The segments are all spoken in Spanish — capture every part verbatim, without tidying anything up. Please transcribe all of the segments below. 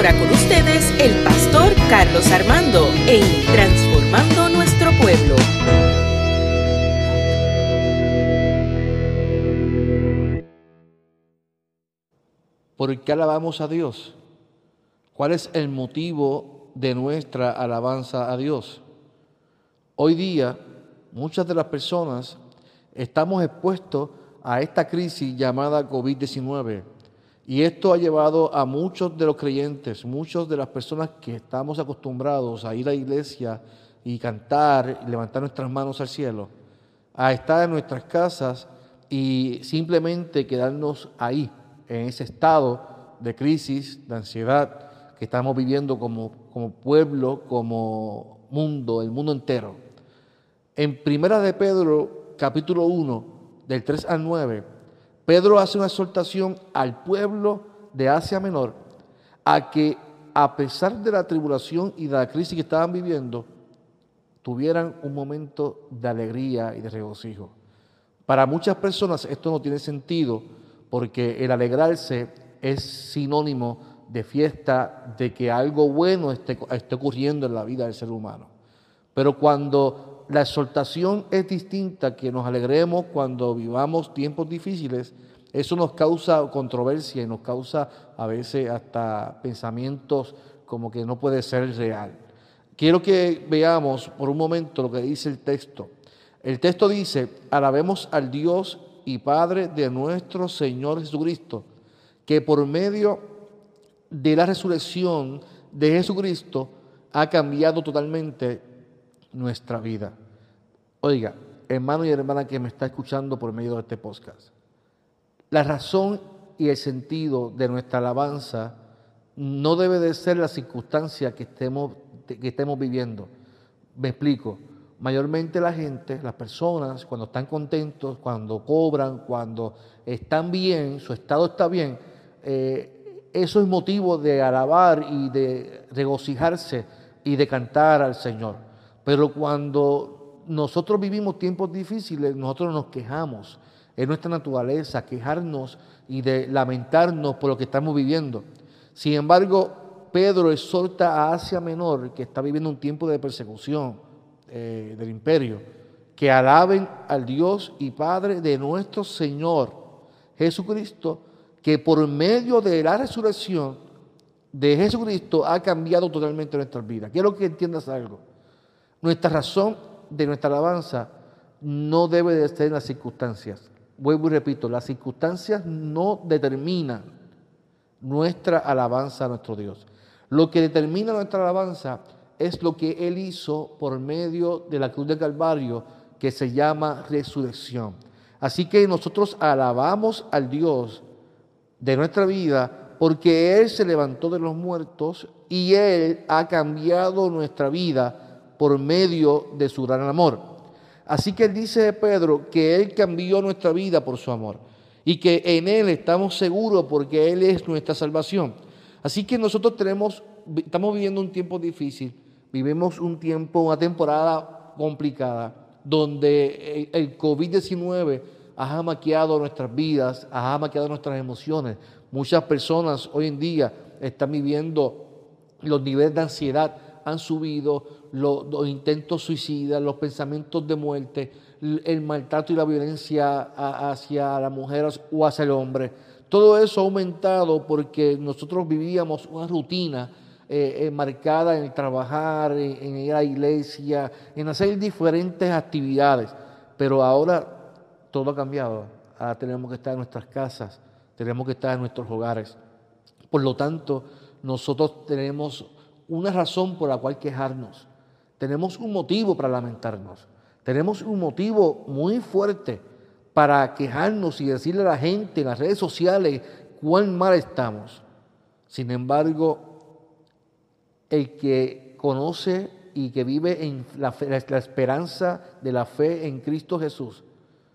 ahora con ustedes el pastor Carlos Armando en Transformando Nuestro Pueblo. ¿Por qué alabamos a Dios? ¿Cuál es el motivo de nuestra alabanza a Dios? Hoy día, muchas de las personas estamos expuestos a esta crisis llamada covid diecinueve. Y esto ha llevado a muchos de los creyentes, muchas de las personas que estamos acostumbrados a ir a la iglesia y cantar y levantar nuestras manos al cielo, a estar en nuestras casas y simplemente quedarnos ahí, en ese estado de crisis, de ansiedad que estamos viviendo como, como pueblo, como mundo, el mundo entero. En Primera de Pedro, capítulo uno, del tres al nueve, Pedro hace una exhortación al pueblo de Asia Menor a que, a pesar de la tribulación y de la crisis que estaban viviendo, tuvieran un momento de alegría y de regocijo. Para muchas personas esto no tiene sentido porque el alegrarse es sinónimo de fiesta, de que algo bueno esté, esté ocurriendo en la vida del ser humano. Pero cuando la exhortación es distinta, que nos alegremos cuando vivamos tiempos difíciles, eso nos causa controversia y nos causa a veces hasta pensamientos como que no puede ser real. Quiero que veamos por un momento lo que dice el texto. El texto dice: alabemos al Dios y Padre de nuestro Señor Jesucristo, que por medio de la resurrección de Jesucristo ha cambiado totalmente nuestra vida. Oiga, hermano y hermana que me está escuchando por medio de este podcast, la razón y el sentido de nuestra alabanza no debe de ser la circunstancia que estemos, que estemos viviendo. Me explico. Mayormente la gente, las personas, cuando están contentos, cuando cobran, cuando están bien, su estado está bien, eh, eso es motivo de alabar y de regocijarse y de cantar al Señor. Pero cuando nosotros vivimos tiempos difíciles, nosotros nos quejamos. Es nuestra naturaleza quejarnos y de lamentarnos por lo que estamos viviendo. Sin embargo, Pedro exhorta a Asia Menor, que está viviendo un tiempo de persecución eh, del imperio, que alaben al Dios y Padre de nuestro Señor Jesucristo, que por medio de la resurrección de Jesucristo ha cambiado totalmente nuestras vidas. Quiero que entiendas algo. Nuestra razón de nuestra alabanza no debe de ser en las circunstancias. Vuelvo y repito, las circunstancias no determinan nuestra alabanza a nuestro Dios. Lo que determina nuestra alabanza es lo que Él hizo por medio de la cruz del Calvario, que se llama resurrección. Así que nosotros alabamos al Dios de nuestra vida porque Él se levantó de los muertos y Él ha cambiado nuestra vida por medio de su gran amor. Así que Él dice de Pedro que Él cambió nuestra vida por su amor y que en Él estamos seguros porque Él es nuestra salvación. Así que nosotros tenemos, estamos viviendo un tiempo difícil, vivimos un tiempo, una temporada complicada, donde el covid diecinueve ha maquiado nuestras vidas, ha maquiado nuestras emociones. Muchas personas hoy en día están viviendo, los niveles de ansiedad han subido, los, los intentos suicidas, los pensamientos de muerte, el maltrato y la violencia a, hacia las mujeres o hacia el hombre. Todo eso ha aumentado porque nosotros vivíamos una rutina eh, eh, marcada en el trabajar, en, en ir a la iglesia, en hacer diferentes actividades. Pero ahora todo ha cambiado. Ahora tenemos que estar en nuestras casas, tenemos que estar en nuestros hogares. Por lo tanto, nosotros tenemos una razón por la cual quejarnos. Tenemos un motivo para lamentarnos. Tenemos un motivo muy fuerte para quejarnos y decirle a la gente en las redes sociales cuán mal estamos. Sin embargo, el que conoce y que vive en la, fe, la esperanza de la fe en Cristo Jesús,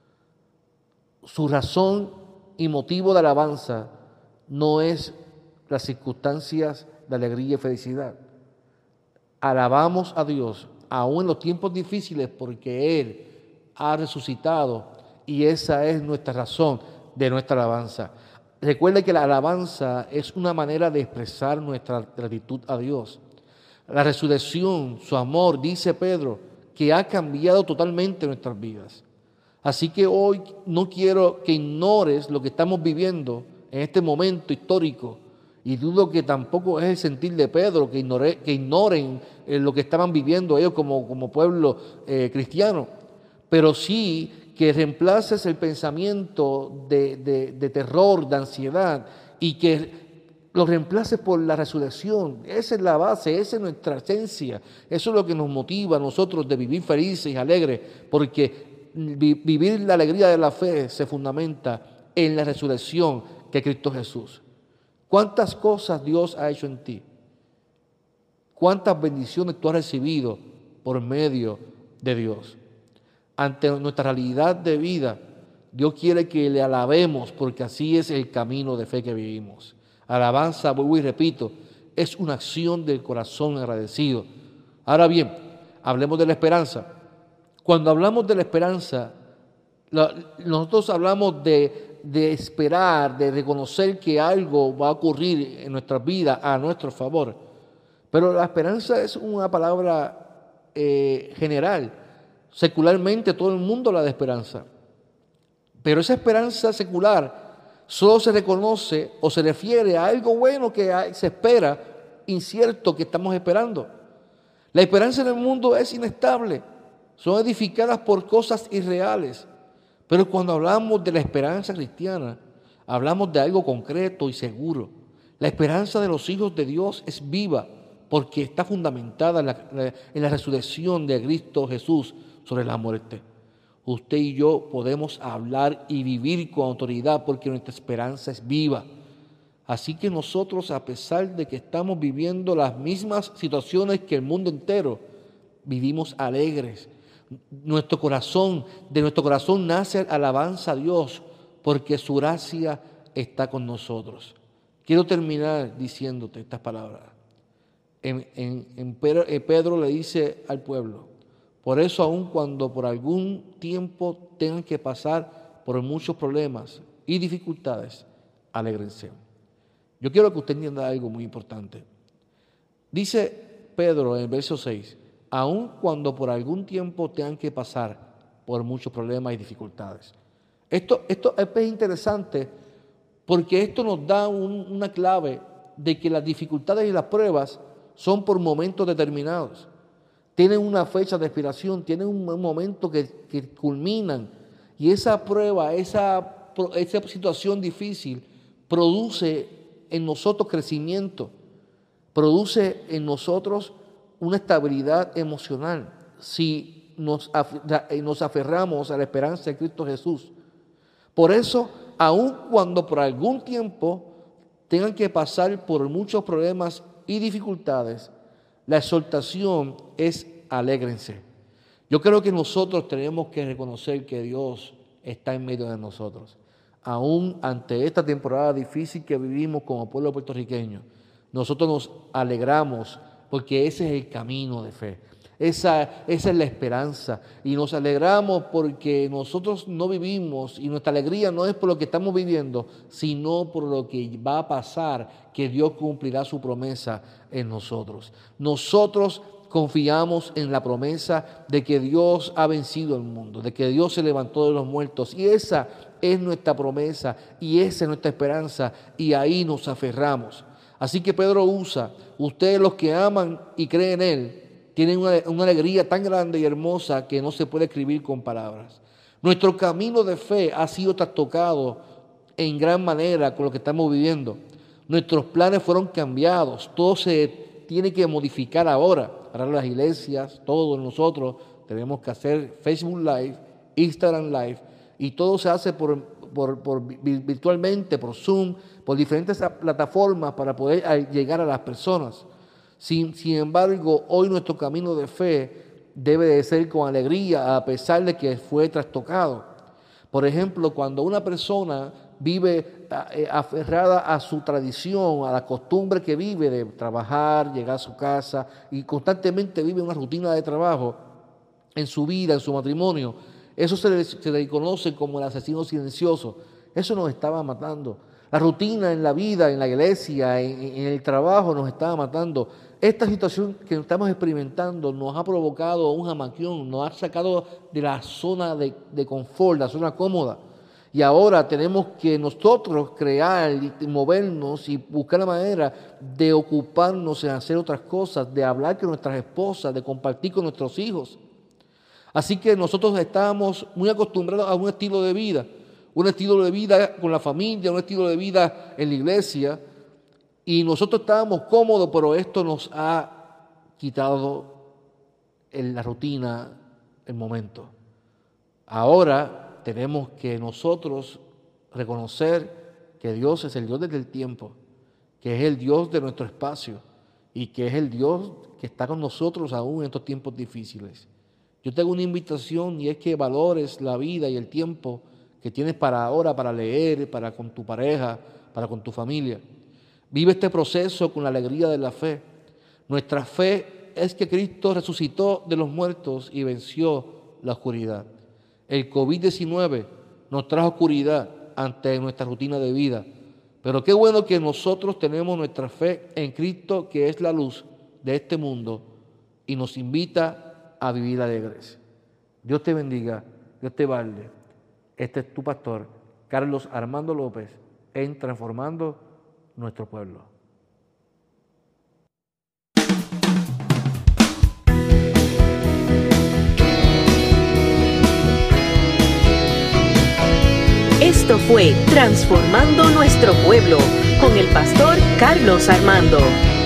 su razón y motivo de alabanza no es las circunstancias de alegría y felicidad. Alabamos a Dios aún en los tiempos difíciles porque Él ha resucitado y esa es nuestra razón de nuestra alabanza. Recuerde que la alabanza es una manera de expresar nuestra gratitud a Dios. La resurrección, su amor, dice Pedro, que ha cambiado totalmente nuestras vidas. Así que hoy no quiero que ignores lo que estamos viviendo en este momento histórico, y dudo que tampoco es el sentir de Pedro, que, ignore, que ignoren eh, lo que estaban viviendo ellos como, como pueblo eh, cristiano, pero sí que reemplaces el pensamiento de, de, de terror, de ansiedad, y que lo reemplaces por la resurrección. Esa es la base, esa es nuestra esencia, eso es lo que nos motiva a nosotros de vivir felices y alegres, porque vi, vivir la alegría de la fe se fundamenta en la resurrección que es Cristo Jesús. ¿Cuántas cosas Dios ha hecho en ti? ¿Cuántas bendiciones tú has recibido por medio de Dios? Ante nuestra realidad de vida, Dios quiere que le alabemos porque así es el camino de fe que vivimos. Alabanza, vuelvo y repito, es una acción del corazón agradecido. Ahora bien, hablemos de la esperanza. Cuando hablamos de la esperanza, nosotros hablamos de, de esperar, de reconocer que algo va a ocurrir en nuestras vidas a nuestro favor. Pero la esperanza es una palabra eh, general. Secularmente todo el mundo habla de esperanza. Pero esa esperanza secular solo se reconoce o se refiere a algo bueno que se espera, incierto que estamos esperando. La esperanza en el mundo es inestable, son edificadas por cosas irreales. Pero cuando hablamos de la esperanza cristiana, hablamos de algo concreto y seguro. La esperanza de los hijos de Dios es viva porque está fundamentada en la, en la resurrección de Cristo Jesús sobre la muerte. Usted y yo podemos hablar y vivir con autoridad porque nuestra esperanza es viva. Así que nosotros, a pesar de que estamos viviendo las mismas situaciones que el mundo entero, vivimos alegres. Nuestro corazón, de nuestro corazón nace alabanza a Dios porque su gracia está con nosotros. Quiero terminar diciéndote estas palabras. En, en, en Pedro, en Pedro le dice al pueblo: por eso, aun cuando por algún tiempo tengan que pasar por muchos problemas y dificultades, alégrense. Yo quiero que usted entienda algo muy importante. Dice Pedro en el verso seis, aun cuando por algún tiempo tengan que pasar por muchos problemas y dificultades. Esto, esto es interesante porque esto nos da un, una clave de que las dificultades y las pruebas son por momentos determinados. Tienen una fecha de expiración, tienen un momento que, que culminan. Y esa prueba, esa, esa situación difícil produce en nosotros crecimiento, produce en nosotros una estabilidad emocional si nos, nos aferramos a la esperanza de Cristo Jesús. Por eso, aun cuando por algún tiempo tengan que pasar por muchos problemas y dificultades, la exhortación es alégrense. Yo creo que nosotros tenemos que reconocer que Dios está en medio de nosotros. Aún ante esta temporada difícil que vivimos como pueblo puertorriqueño, nosotros nos alegramos porque ese es el camino de fe. Esa, esa es la esperanza. Y nos alegramos porque nosotros no vivimos y nuestra alegría no es por lo que estamos viviendo, sino por lo que va a pasar, que Dios cumplirá su promesa en nosotros. Nosotros confiamos en la promesa de que Dios ha vencido el mundo, de que Dios se levantó de los muertos. Y esa es nuestra promesa y esa es nuestra esperanza y ahí nos aferramos. Así que Pedro usa, ustedes los que aman y creen en Él, tienen una, una alegría tan grande y hermosa que no se puede escribir con palabras. Nuestro camino de fe ha sido trastocado en gran manera con lo que estamos viviendo. Nuestros planes fueron cambiados, todo se tiene que modificar ahora. Ahora las iglesias, todos nosotros tenemos que hacer Facebook Live, Instagram Live, y todo se hace por, por, por virtualmente, por Zoom, por diferentes plataformas para poder llegar a las personas. Sin, sin embargo, hoy nuestro camino de fe debe de ser con alegría, a pesar de que fue trastocado. Por ejemplo, cuando una persona vive eh, aferrada a su tradición, a la costumbre que vive de trabajar, llegar a su casa y constantemente vive una rutina de trabajo en su vida, en su matrimonio, eso se le, se le conoce como el asesino silencioso. Eso nos estaba matando. La rutina en la vida, en la iglesia, en, en el trabajo nos estaba matando. Esta situación que estamos experimentando nos ha provocado un jamaquión, nos ha sacado de la zona de, de confort, la zona cómoda. Y ahora tenemos que nosotros crear y movernos y buscar la manera de ocuparnos en hacer otras cosas, de hablar con nuestras esposas, de compartir con nuestros hijos. Así que nosotros estábamos muy acostumbrados a un estilo de vida, un estilo de vida con la familia, un estilo de vida en la iglesia, y nosotros estábamos cómodos, pero esto nos ha quitado en la rutina, el momento. Ahora tenemos que nosotros reconocer que Dios es el Dios desde el tiempo, que es el Dios de nuestro espacio y que es el Dios que está con nosotros aún en estos tiempos difíciles. Yo tengo una invitación y es que valores la vida y el tiempo que tienes para ahora, para leer, para con tu pareja, para con tu familia. Vive este proceso con la alegría de la fe. Nuestra fe es que Cristo resucitó de los muertos y venció la oscuridad. El COVID diecinueve nos trajo oscuridad ante nuestra rutina de vida, pero qué bueno que nosotros tenemos nuestra fe en Cristo, que es la luz de este mundo y nos invita a vivir alegres. Dios te bendiga, Dios te guarde. Este es tu pastor, Carlos Armando López, en Transformando Nuestro Pueblo. Esto fue Transformando Nuestro Pueblo con el pastor Carlos Armando.